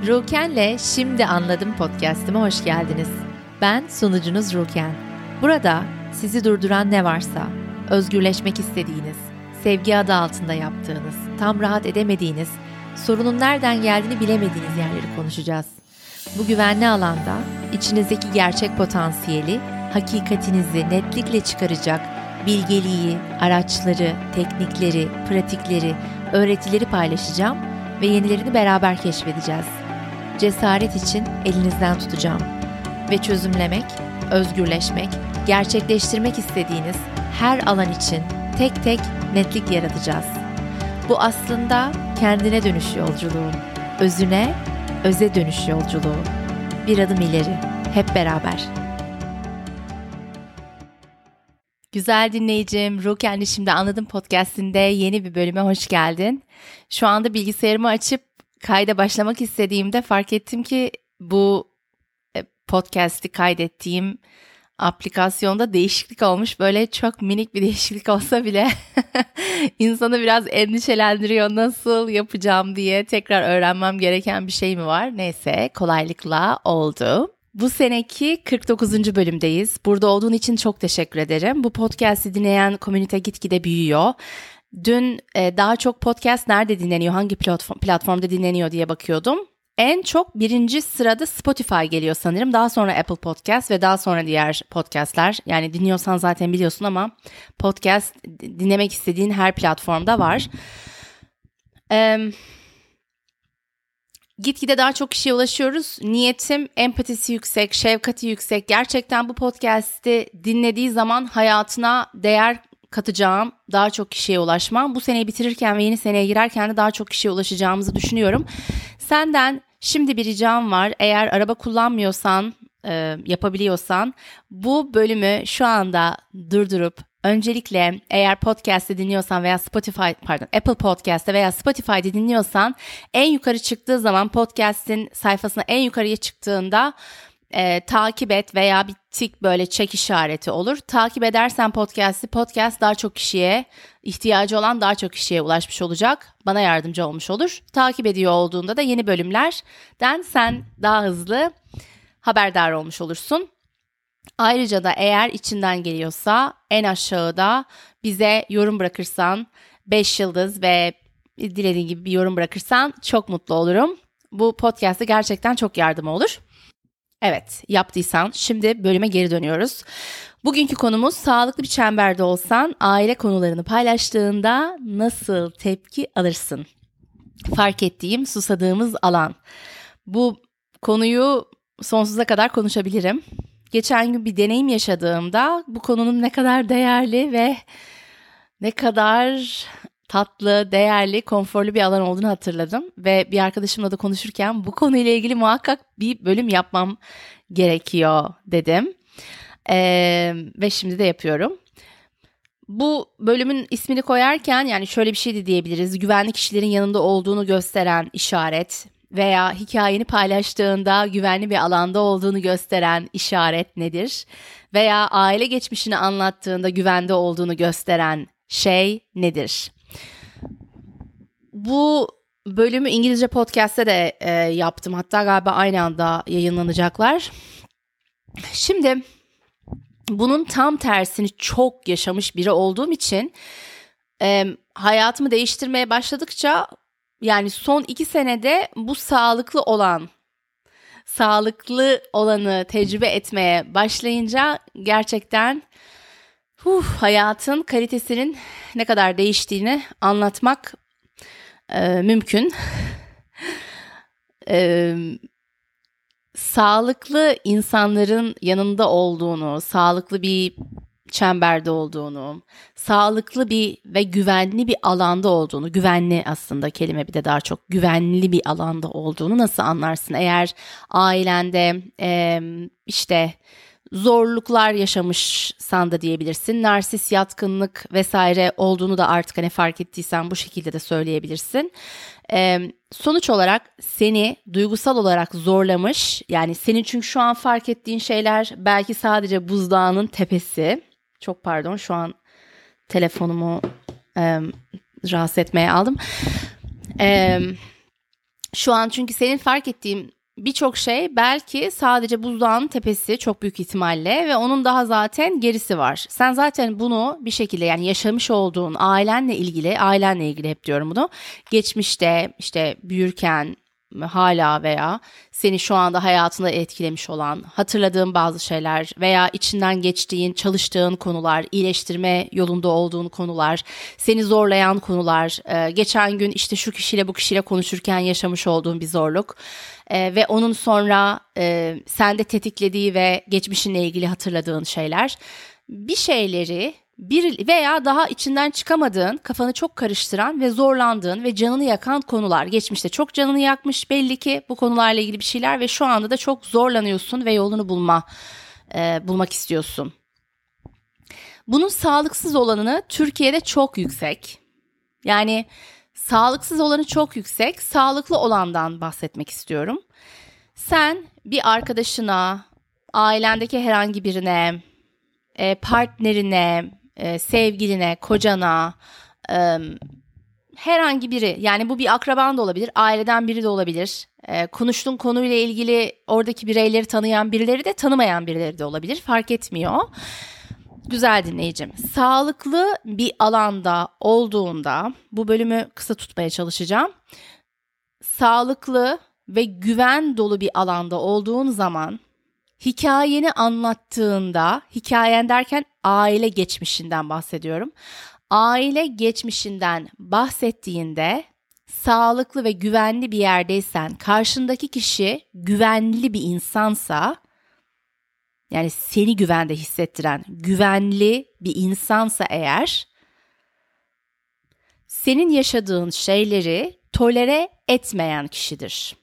Ruken'le Şimdi Anladım podcast'ime hoş geldiniz. Ben sunucunuz Ruken. Burada sizi durduran ne varsa, özgürleşmek istediğiniz, sevgi adı altında yaptığınız, tam rahat edemediğiniz, sorunun nereden geldiğini bilemediğiniz yerleri konuşacağız. Bu güvenli alanda içinizdeki gerçek potansiyeli, hakikatinizi netlikle çıkaracak bilgeliği, araçları, teknikleri, pratikleri, öğretileri paylaşacağım ve yenilerini beraber keşfedeceğiz. Cesaret için elinizden tutacağım ve çözümlemek, özgürleşmek, gerçekleştirmek istediğiniz her alan için tek tek netlik yaratacağız. Bu aslında kendine dönüş yolculuğu, özüne, öze dönüş yolculuğu. Bir adım ileri, hep beraber. Güzel dinleyicim, Ruken'le Şimdi Anladım podcast'inde yeni bir bölüme hoş geldin. Şu anda bilgisayarımı açıp kayda başlamak istediğimde fark ettim ki bu podcast'i kaydettiğim aplikasyonda değişiklik olmuş. Böyle çok minik bir değişiklik olsa bile insanı biraz endişelendiriyor. Nasıl yapacağım diye tekrar öğrenmem gereken bir şey mi var? Neyse, kolaylıkla oldu. Bu seneki 49. bölümdeyiz. Burada olduğun için çok teşekkür ederim. Bu podcast'i dinleyen komünite gitgide büyüyor. Dün daha çok podcast nerede dinleniyor, hangi platformda dinleniyor diye bakıyordum. En çok birinci sırada Spotify geliyor sanırım. Daha sonra Apple Podcast ve daha sonra diğer podcastler. Yani dinliyorsan zaten biliyorsun ama podcast dinlemek istediğin her platformda var. Gitgide daha çok kişiye ulaşıyoruz. Niyetim empatisi yüksek, şefkati yüksek. Gerçekten bu podcast'i dinlediği zaman hayatına değer katacağım, daha çok kişiye ulaşmam. Bu seneyi bitirirken ve yeni seneye girerken de daha çok kişiye ulaşacağımızı düşünüyorum. Senden şimdi bir ricam var. Eğer araba kullanmıyorsan, yapabiliyorsan bu bölümü şu anda durdurup öncelikle eğer podcast'te dinliyorsan veya Apple Podcast'te veya Spotify'da dinliyorsan en yukarı çıktığı zaman podcast'in sayfasına en yukarıya çıktığında takip et veya bir tik böyle çek işareti olur. Takip edersen podcast daha çok kişiye, ihtiyacı olan daha çok kişiye ulaşmış olacak. Bana yardımcı olmuş olur. Takip ediyor olduğunda da yeni bölümlerden sen daha hızlı haberdar olmuş olursun. Ayrıca da eğer içinden geliyorsa en aşağıda bize yorum bırakırsan 5 yıldız ve dilediğin gibi bir yorum bırakırsan çok mutlu olurum. Bu podcast'e gerçekten çok yardım olur. Evet, yaptıysan şimdi bölüme geri dönüyoruz. Bugünkü konumuz sağlıklı bir çemberde olsan aile konularını paylaştığında nasıl tepki alırsın? Fark ettiğim, susadığımız alan. Bu konuyu sonsuza kadar konuşabilirim. Geçen gün bir deneyim yaşadığımda bu konunun ne kadar değerli ve ne kadar tatlı, değerli, konforlu bir alan olduğunu hatırladım. Ve bir arkadaşımla da konuşurken bu konuyla ilgili muhakkak bir bölüm yapmam gerekiyor dedim. Ve şimdi de yapıyorum. Bu bölümün ismini koyarken yani şöyle bir şey de diyebiliriz. Güvenli kişilerin yanında olduğunu gösteren işaret veya hikayeni paylaştığında güvenli bir alanda olduğunu gösteren işaret nedir? Veya aile geçmişini anlattığında güvende olduğunu gösteren şey nedir? Bu bölümü İngilizce podcast'te de yaptım. Hatta galiba aynı anda yayınlanacaklar. Şimdi bunun tam tersini çok yaşamış biri olduğum için hayatımı değiştirmeye başladıkça yani son 2 senede bu sağlıklı olanı tecrübe etmeye başlayınca gerçekten hayatın kalitesinin ne kadar değiştiğini anlatmak mümkün. Sağlıklı insanların yanında olduğunu, sağlıklı bir çemberde olduğunu, sağlıklı bir ve güvenli bir alanda olduğunu, güvenli aslında kelime bir de daha çok güvenli bir alanda olduğunu nasıl anlarsın? Eğer ailende işte zorluklar yaşamışsan da diyebilirsin. Narsist yatkınlık vesaire olduğunu da artık hani fark ettiysen bu şekilde de söyleyebilirsin. Sonuç olarak seni duygusal olarak zorlamış, yani senin çünkü şu an fark ettiğin şeyler belki sadece buzdağının tepesi. Çok pardon, şu an telefonumu rahatsız etmeye aldım. Şu an çünkü senin fark ettiğin birçok şey belki sadece buzdağının tepesi çok büyük ihtimalle ve onun daha zaten gerisi var. Sen zaten bunu bir şekilde yani yaşamış olduğun ailenle ilgili hep diyorum bunu. Geçmişte işte büyürken hala veya seni şu anda hayatında etkilemiş olan hatırladığın bazı şeyler veya içinden geçtiğin, çalıştığın konular, iyileştirme yolunda olduğun konular, seni zorlayan konular, geçen gün işte şu kişiyle bu kişiyle konuşurken yaşamış olduğun bir zorluk ve onun sonra sende tetiklediği ve geçmişinle ilgili hatırladığın şeyler, bir şeyleri bir veya daha içinden çıkamadığın, kafanı çok karıştıran ve zorlandığın ve canını yakan konular. Geçmişte çok canını yakmış belli ki bu konularla ilgili bir şeyler ve şu anda da çok zorlanıyorsun ve yolunu bulmak istiyorsun. Bunun sağlıksız olanı Türkiye'de çok yüksek. Yani sağlıksız olanı çok yüksek, sağlıklı olandan bahsetmek istiyorum. Sen bir arkadaşına, ailendeki herhangi birine, partnerine, sevgiline, kocana, herhangi biri, yani bu bir akraban da olabilir, aileden biri de olabilir. Konuştuğun konuyla ilgili oradaki bireyleri tanıyan birileri de tanımayan birileri de olabilir, fark etmiyor. Güzel dinleyicim, sağlıklı bir alanda olduğunda, bu bölümü kısa tutmaya çalışacağım. Sağlıklı ve güven dolu bir alanda olduğun zaman, hikayeni anlattığında, hikayen derken aile geçmişinden bahsediyorum. Aile geçmişinden bahsettiğinde sağlıklı ve güvenli bir yerdeysen, karşındaki kişi güvenli bir insansa, yani seni güvende hissettiren güvenli bir insansa eğer, senin yaşadığın şeyleri tolere etmeyen kişidir.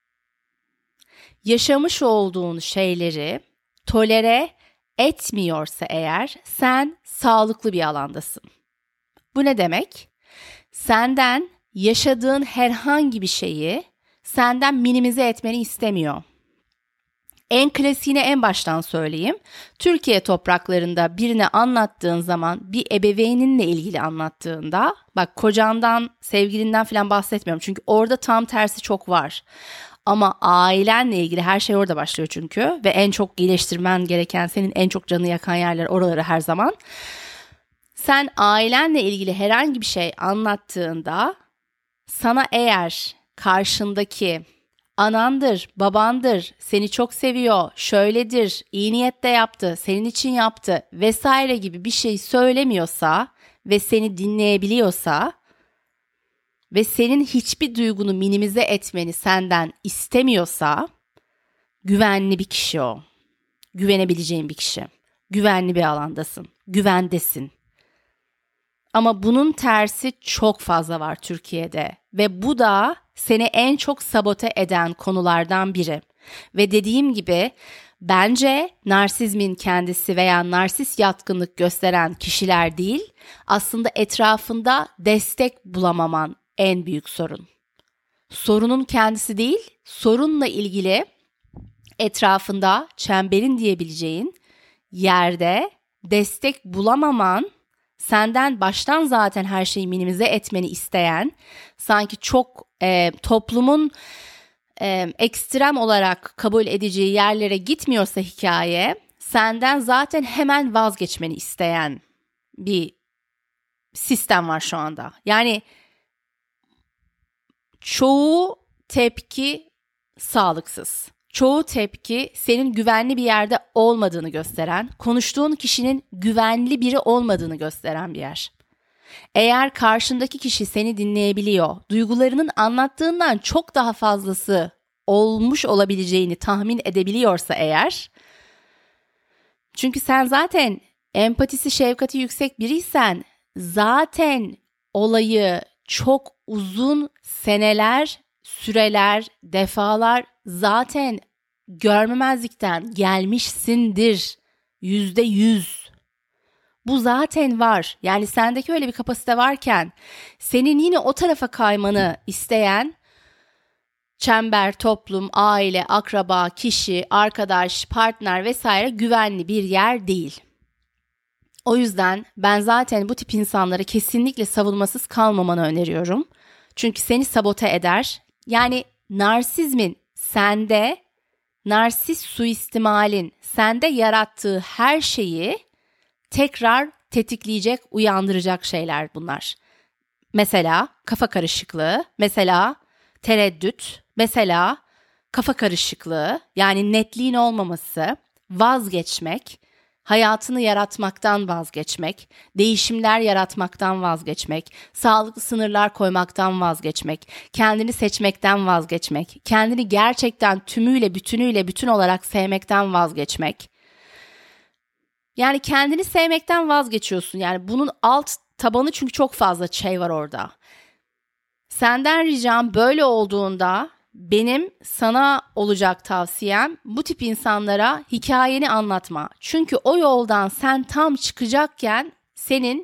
Yaşamış olduğun şeyleri tolere etmiyorsa eğer sen sağlıklı bir alandasın. Bu ne demek? Senden yaşadığın herhangi bir şeyi senden minimize etmeni istemiyor. En klasiğini en baştan söyleyeyim. Türkiye topraklarında birine anlattığın zaman, bir ebeveyninle ilgili anlattığında, bak kocandan, sevgilinden falan bahsetmiyorum. Çünkü orada tam tersi çok var. Ama ailenle ilgili her şey orada başlıyor çünkü. Ve en çok iyileştirmen gereken, senin en çok canını yakan yerler oraları her zaman. Sen ailenle ilgili herhangi bir şey anlattığında, sana eğer karşındaki anandır, babandır, seni çok seviyor, şöyledir, iyi niyetle yaptı, senin için yaptı vesaire gibi bir şey söylemiyorsa ve seni dinleyebiliyorsa ve senin hiçbir duygunu minimize etmeni senden istemiyorsa, güvenli bir kişi o. Güvenebileceğin bir kişi. Güvenli bir alandasın. Güvendesin. Ama bunun tersi çok fazla var Türkiye'de ve bu da seni en çok sabote eden konulardan biri. Ve dediğim gibi bence narsizmin kendisi veya narsist yatkınlık gösteren kişiler değil, aslında etrafında destek bulamaman en büyük sorun. Sorunun kendisi değil, sorunla ilgili etrafında çemberin diyebileceğin yerde destek bulamaman, senden baştan zaten her şeyi minimize etmeni isteyen, sanki çok toplumun ekstrem olarak kabul edeceği yerlere gitmiyorsa hikaye, senden zaten hemen vazgeçmeni isteyen bir sistem var şu anda. Yani çoğu tepki sağlıksız. Çoğu tepki senin güvenli bir yerde olmadığını gösteren, konuştuğun kişinin güvenli biri olmadığını gösteren bir yer. Eğer karşındaki kişi seni dinleyebiliyor, duygularının anlattığından çok daha fazlası olmuş olabileceğini tahmin edebiliyorsa eğer, çünkü sen zaten empatisi, şefkati yüksek biriysen, zaten olayı çok uzun seneler, süreler, defalar zaten görmemezlikten gelmişsindir. %100. Bu zaten var. Yani sendeki öyle bir kapasite varken senin yine o tarafa kaymanı isteyen çember, toplum, aile, akraba, kişi, arkadaş, partner vesaire güvenli bir yer değil. O yüzden ben zaten bu tip insanlara kesinlikle savunmasız kalmamanı öneriyorum. Çünkü seni sabote eder. Yani narsizmin sende, narsist suistimalin sende yarattığı her şeyi tekrar tetikleyecek, uyandıracak şeyler bunlar. Mesela kafa karışıklığı, mesela tereddüt, mesela kafa karışıklığı, yani netliğin olmaması, vazgeçmek, hayatını yaratmaktan vazgeçmek, değişimler yaratmaktan vazgeçmek, sağlıklı sınırlar koymaktan vazgeçmek, kendini seçmekten vazgeçmek, kendini gerçekten tümüyle, bütünüyle, bütün olarak sevmekten vazgeçmek. Yani kendini sevmekten vazgeçiyorsun. Yani bunun alt tabanı, çünkü çok fazla şey var orada. Senden ricam, böyle olduğunda benim sana olacak tavsiyem, bu tip insanlara hikayeni anlatma. Çünkü o yoldan sen tam çıkacakken seni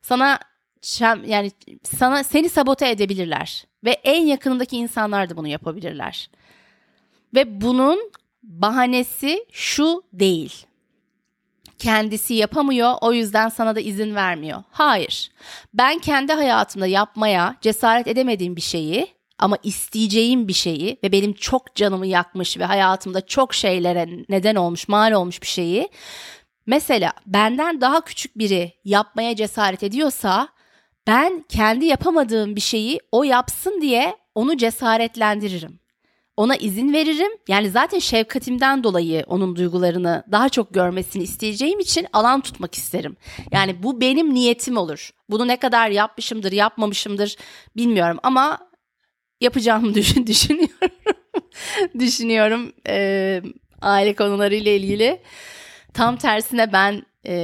sabote edebilirler ve en yakınındaki insanlar da bunu yapabilirler. Ve bunun bahanesi şu değil: kendisi yapamıyor, o yüzden sana da izin vermiyor. Hayır. Ben kendi hayatımda yapmaya cesaret edemediğim bir şeyi ama isteyeceğim bir şeyi ve benim çok canımı yakmış ve hayatımda çok şeylere neden olmuş, mal olmuş bir şeyi, mesela benden daha küçük biri yapmaya cesaret ediyorsa, ben kendi yapamadığım bir şeyi o yapsın diye onu cesaretlendiririm. Ona izin veririm. Yani zaten şefkatimden dolayı onun duygularını daha çok görmesini isteyeceğim için alan tutmak isterim. Yani bu benim niyetim olur. Bunu ne kadar yapmışımdır, yapmamışımdır bilmiyorum ama yapacağımı düşünüyorum. Düşünüyorum aile konularıyla ilgili. Tam tersine ben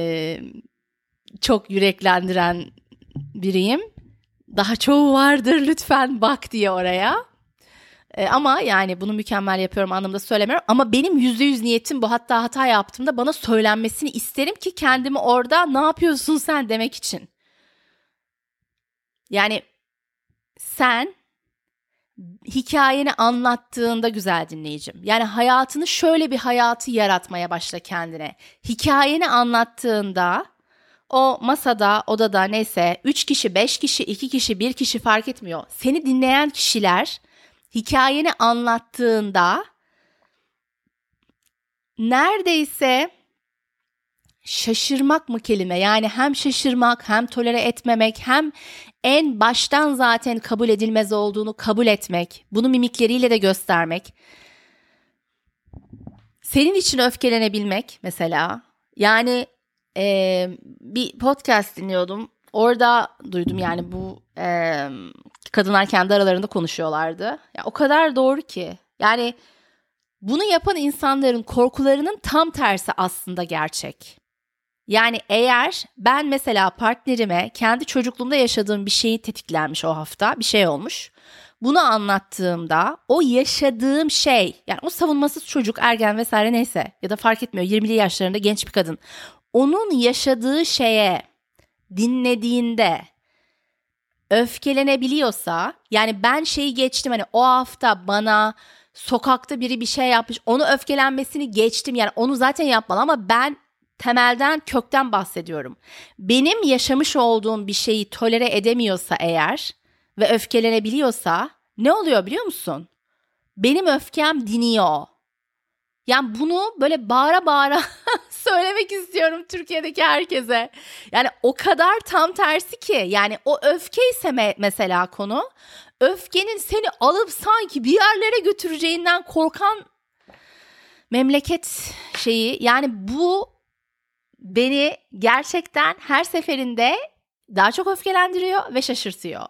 çok yüreklendiren biriyim. Daha çoğu vardır, lütfen bak diye oraya. Ama yani bunu mükemmel yapıyorum anlamda söylemiyorum. Ama benim %100 niyetim bu. Hatta hata yaptığımda bana söylenmesini isterim ki kendimi orada ne yapıyorsun sen demek için. Yani sen hikayeni anlattığında güzel dinleyicim, yani hayatını, şöyle bir hayatı yaratmaya başla kendine. Hikayeni anlattığında o masada, odada, neyse 3 kişi, 5 kişi, 2 kişi, 1 kişi fark etmiyor. Seni dinleyen kişiler hikayeni anlattığında neredeyse şaşırmak mı kelime? Yani hem şaşırmak, hem tolere etmemek, hem en baştan zaten kabul edilmez olduğunu kabul etmek, bunu mimikleriyle de göstermek. Senin için öfkelenebilmek mesela. Yani bir podcast dinliyordum. Orada duydum, yani bu kadınlar kendi aralarında konuşuyorlardı. Ya, o kadar doğru ki. Yani bunu yapan insanların korkularının tam tersi aslında gerçek. Yani eğer ben mesela partnerime kendi çocukluğumda yaşadığım bir şeyi tetiklenmiş, o hafta bir şey olmuş. Bunu anlattığımda o yaşadığım şey, yani o savunmasız çocuk, ergen vesaire neyse, ya da fark etmiyor, 20'li yaşlarında genç bir kadın, onun yaşadığı şeye dinlediğinde öfkelenebiliyorsa, yani ben şeyi geçtim, hani o hafta bana sokakta biri bir şey yapmış, onu öfkelenmesini geçtim, yani onu zaten yapmalı, ama ben temelden, kökten bahsediyorum. Benim yaşamış olduğum bir şeyi tolere edemiyorsa eğer ve öfkelenebiliyorsa ne oluyor biliyor musun? Benim öfkem diniyor. Yani bunu böyle bağıra bağıra söylemek istiyorum Türkiye'deki herkese. Yani o kadar tam tersi ki, yani o öfkeyse mesela konu, öfkenin seni alıp sanki bir yerlere götüreceğinden korkan memleket şeyi, yani bu beni gerçekten her seferinde daha çok öfkelendiriyor ve şaşırtıyor.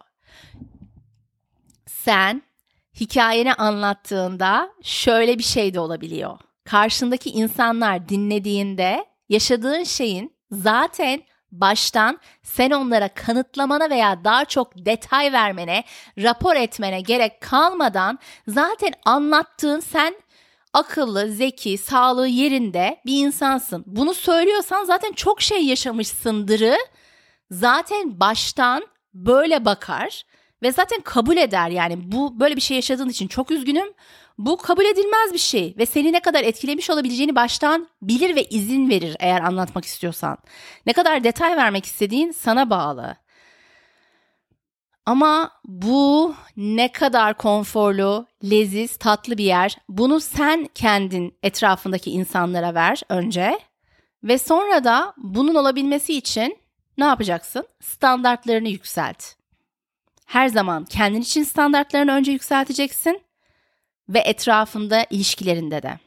Sen hikayeni anlattığında şöyle bir şey de olabiliyor. Karşındaki insanlar dinlediğinde yaşadığın şeyin zaten baştan sen onlara kanıtlamana veya daha çok detay vermene, rapor etmene gerek kalmadan zaten anlattığın, sen akıllı, zeki, sağlığı yerinde bir insansın. Bunu söylüyorsan zaten çok şey yaşamışsındırı zaten baştan böyle bakar ve zaten kabul eder. Yani bu, böyle bir şey yaşadığın için çok üzgünüm. Bu kabul edilmez bir şey ve seni ne kadar etkilemiş olabileceğini baştan bilir ve izin verir eğer anlatmak istiyorsan. Ne kadar detay vermek istediğin sana bağlı. Ama bu ne kadar konforlu, leziz, tatlı bir yer. Bunu sen kendin etrafındaki insanlara ver önce. Ve sonra da bunun olabilmesi için ne yapacaksın? Standartlarını yükselt. Her zaman kendin için standartlarını önce yükselteceksin ve etrafında, ilişkilerinde de.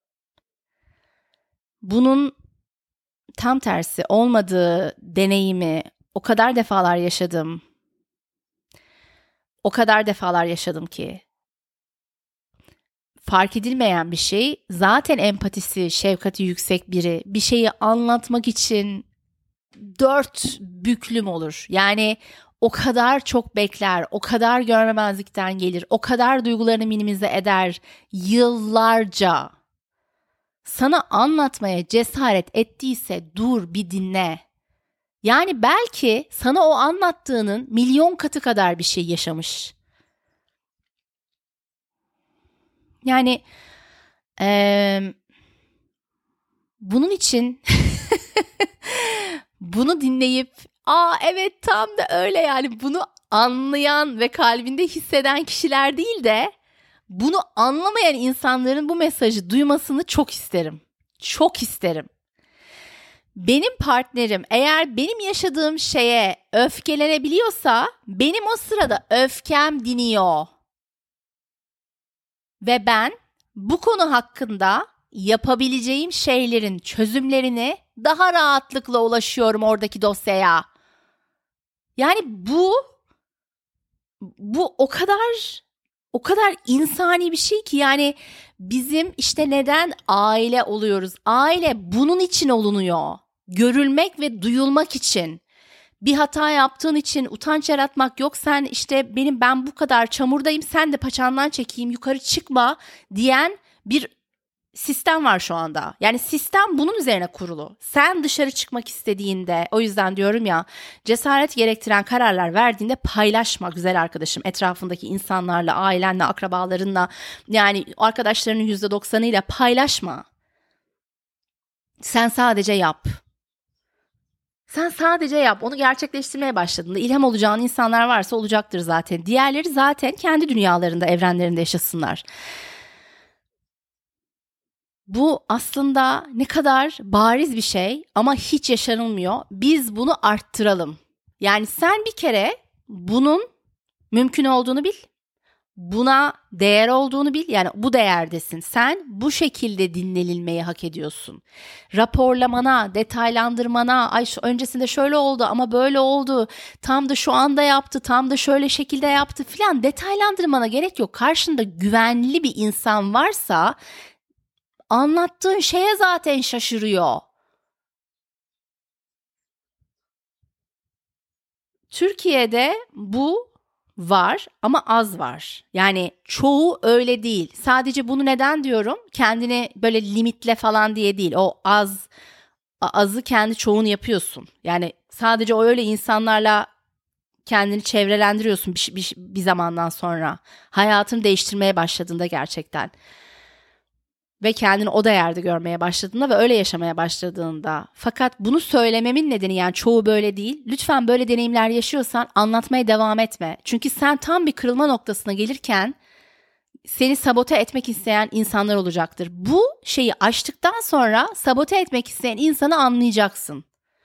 Bunun tam tersi olmadığı deneyimi o kadar defalar yaşadım. O kadar defalar yaşadım ki fark edilmeyen bir şey, zaten empatisi, şefkati yüksek biri bir şeyi anlatmak için 4 büklüm olur. Yani o kadar çok bekler, o kadar görmemezlikten gelir, o kadar duygularını minimize eder yıllarca. Sana anlatmaya cesaret ettiyse dur bir dinle. Yani belki sana o anlattığının milyon katı kadar bir şey yaşamış. Yani bunun için bunu dinleyip evet tam da öyle, yani bunu anlayan ve kalbinde hisseden kişiler değil de bunu anlamayan insanların bu mesajı duymasını çok isterim. Çok isterim. Benim partnerim eğer benim yaşadığım şeye öfkelenebiliyorsa benim o sırada öfkem diniyor. Ve ben bu konu hakkında yapabileceğim şeylerin çözümlerini daha rahatlıkla ulaşıyorum oradaki dosyaya. Yani bu o kadar insani bir şey ki, yani bizim işte neden aile oluyoruz? Aile bunun için olunuyor. Görülmek ve duyulmak için. Bir hata yaptığın için utanç yaratmak yok. Sen işte ben bu kadar çamurdayım, sen de paçandan çekeyim, yukarı çıkma diyen bir sistem var şu anda. Yani sistem bunun üzerine kurulu. Sen dışarı çıkmak istediğinde, o yüzden diyorum ya, cesaret gerektiren kararlar verdiğinde paylaşma güzel arkadaşım. Etrafındaki insanlarla, ailenle, akrabalarınla, yani arkadaşlarının %90'ıyla paylaşma. Sen sadece yap. Sen sadece yap. Onu gerçekleştirmeye başladığında ilham olacağın insanlar varsa olacaktır zaten. Diğerleri zaten kendi dünyalarında, evrenlerinde yaşasınlar. Bu aslında ne kadar bariz bir şey ama hiç yaşanılmıyor. Biz bunu arttıralım. Yani sen bir kere bunun mümkün olduğunu bil. Buna değer olduğunu bil. Yani bu değerdesin. Sen bu şekilde dinlenilmeyi hak ediyorsun. Raporlamana, detaylandırmana, öncesinde şöyle oldu ama böyle oldu, tam da şu anda yaptı, tam da şöyle şekilde yaptı filan detaylandırmana gerek yok. Karşında güvenli bir insan varsa anlattığın şeye zaten şaşırıyor. Türkiye'de bu var ama az var. Yani çoğu öyle değil. Sadece bunu neden diyorum? Kendini böyle limitle falan diye değil. O azı kendi çoğunu yapıyorsun. Yani sadece öyle insanlarla kendini çevrelendiriyorsun bir zamandan sonra. Hayatını değiştirmeye başladığında gerçekten. Ve kendini o değerde görmeye başladığında ve öyle yaşamaya başladığında. Fakat bunu söylememin nedeni, yani çoğu böyle değil. Lütfen böyle deneyimler yaşıyorsan anlatmaya devam etme. Çünkü sen tam bir kırılma noktasına gelirken seni sabote etmek isteyen insanlar olacaktır. Bu şeyi aştıktan sonra sabote etmek isteyen insanı anlayacaksın.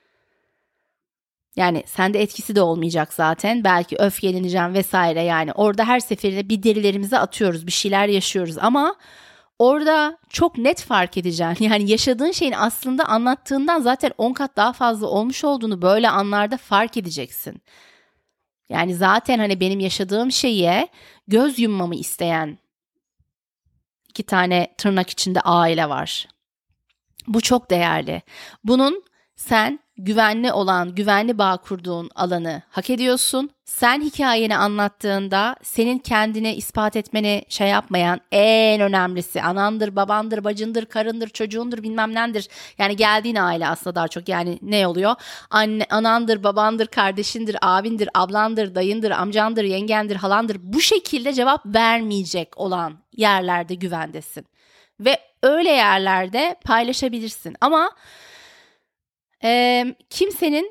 Yani sende etkisi de olmayacak zaten. Belki öfkeleneceğim vesaire, yani orada her seferinde bir derilerimizi atıyoruz, bir şeyler yaşıyoruz ama orada çok net fark edeceksin. Yani yaşadığın şeyin aslında anlattığından zaten 10 kat daha fazla olmuş olduğunu böyle anlarda fark edeceksin. Yani zaten hani benim yaşadığım şeye göz yummamı isteyen 2 tane tırnak içinde aile var. Bu çok değerli. Bunun sen güvenli bağ kurduğun alanı hak ediyorsun. Sen hikayeni anlattığında senin kendine ispat etmeni yapmayan, en önemlisi anandır, babandır, bacındır, karındır, çocuğundur, bilmem nendir. Yani geldiğin aile aslında daha çok, yani ne oluyor? Anandır, babandır, kardeşindir, abindir, ablandır, dayındır, amcandır, yengendir, halandır. Bu şekilde cevap vermeyecek olan yerlerde güvendesin. Ve öyle yerlerde paylaşabilirsin ama kimsenin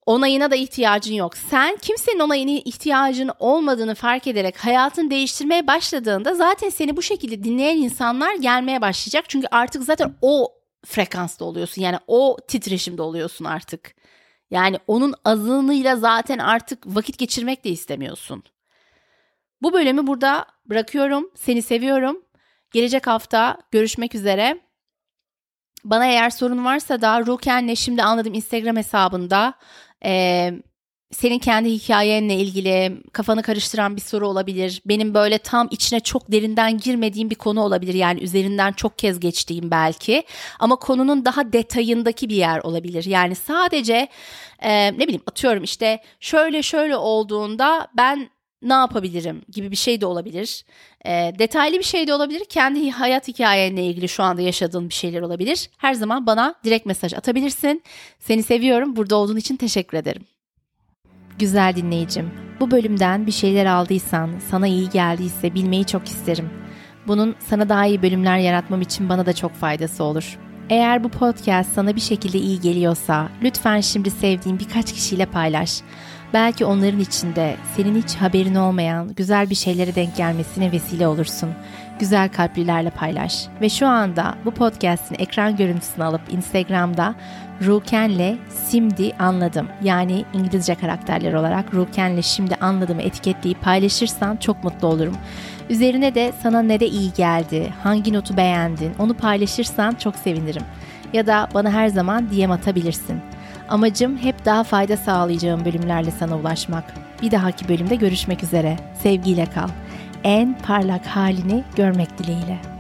onayına da ihtiyacın yok. Sen kimsenin onayına ihtiyacın olmadığını fark ederek hayatını değiştirmeye başladığında zaten seni bu şekilde dinleyen insanlar gelmeye başlayacak. Çünkü artık zaten o frekansta oluyorsun. Yani o titreşimde oluyorsun artık. Yani onun azınlığıyla zaten artık vakit geçirmek de istemiyorsun. Bu bölümü burada bırakıyorum. Seni seviyorum. Gelecek hafta görüşmek üzere. Bana eğer sorun varsa da Ruken'le Şimdi Anladım Instagram hesabında senin kendi hikayenle ilgili kafanı karıştıran bir soru olabilir. Benim böyle tam içine çok derinden girmediğim bir konu olabilir. Yani üzerinden çok kez geçtiğim belki. Ama konunun daha detayındaki bir yer olabilir. Yani sadece ne bileyim atıyorum işte şöyle olduğunda ben ne yapabilirim gibi bir şey de olabilir. Detaylı bir şey de olabilir. Kendi hayat hikayenle ilgili şu anda yaşadığın bir şeyler olabilir. Her zaman bana direkt mesaj atabilirsin. Seni seviyorum. Burada olduğun için teşekkür ederim. Güzel dinleyicim, bu bölümden bir şeyler aldıysan, sana iyi geldiyse bilmeyi çok isterim. Bunun sana daha iyi bölümler yaratmam için bana da çok faydası olur. Eğer bu podcast sana bir şekilde iyi geliyorsa, lütfen şimdi sevdiğin birkaç kişiyle paylaş. Belki onların içinde senin hiç haberin olmayan güzel bir şeylere denk gelmesine vesile olursun. Güzel kalplilerle paylaş. Ve şu anda bu podcast'in ekran görüntüsünü alıp Instagram'da Ruken'le Şimdi Anladım, yani İngilizce karakterler olarak Ruken'le Şimdi Anladım'ı etiketleyip paylaşırsan çok mutlu olurum. Üzerine de sana ne de iyi geldi, hangi notu beğendin onu paylaşırsan çok sevinirim. Ya da bana her zaman DM atabilirsin. Amacım hep daha fayda sağlayacağım bölümlerle sana ulaşmak. Bir dahaki bölümde görüşmek üzere. Sevgiyle kal. En parlak halini görmek dileğiyle.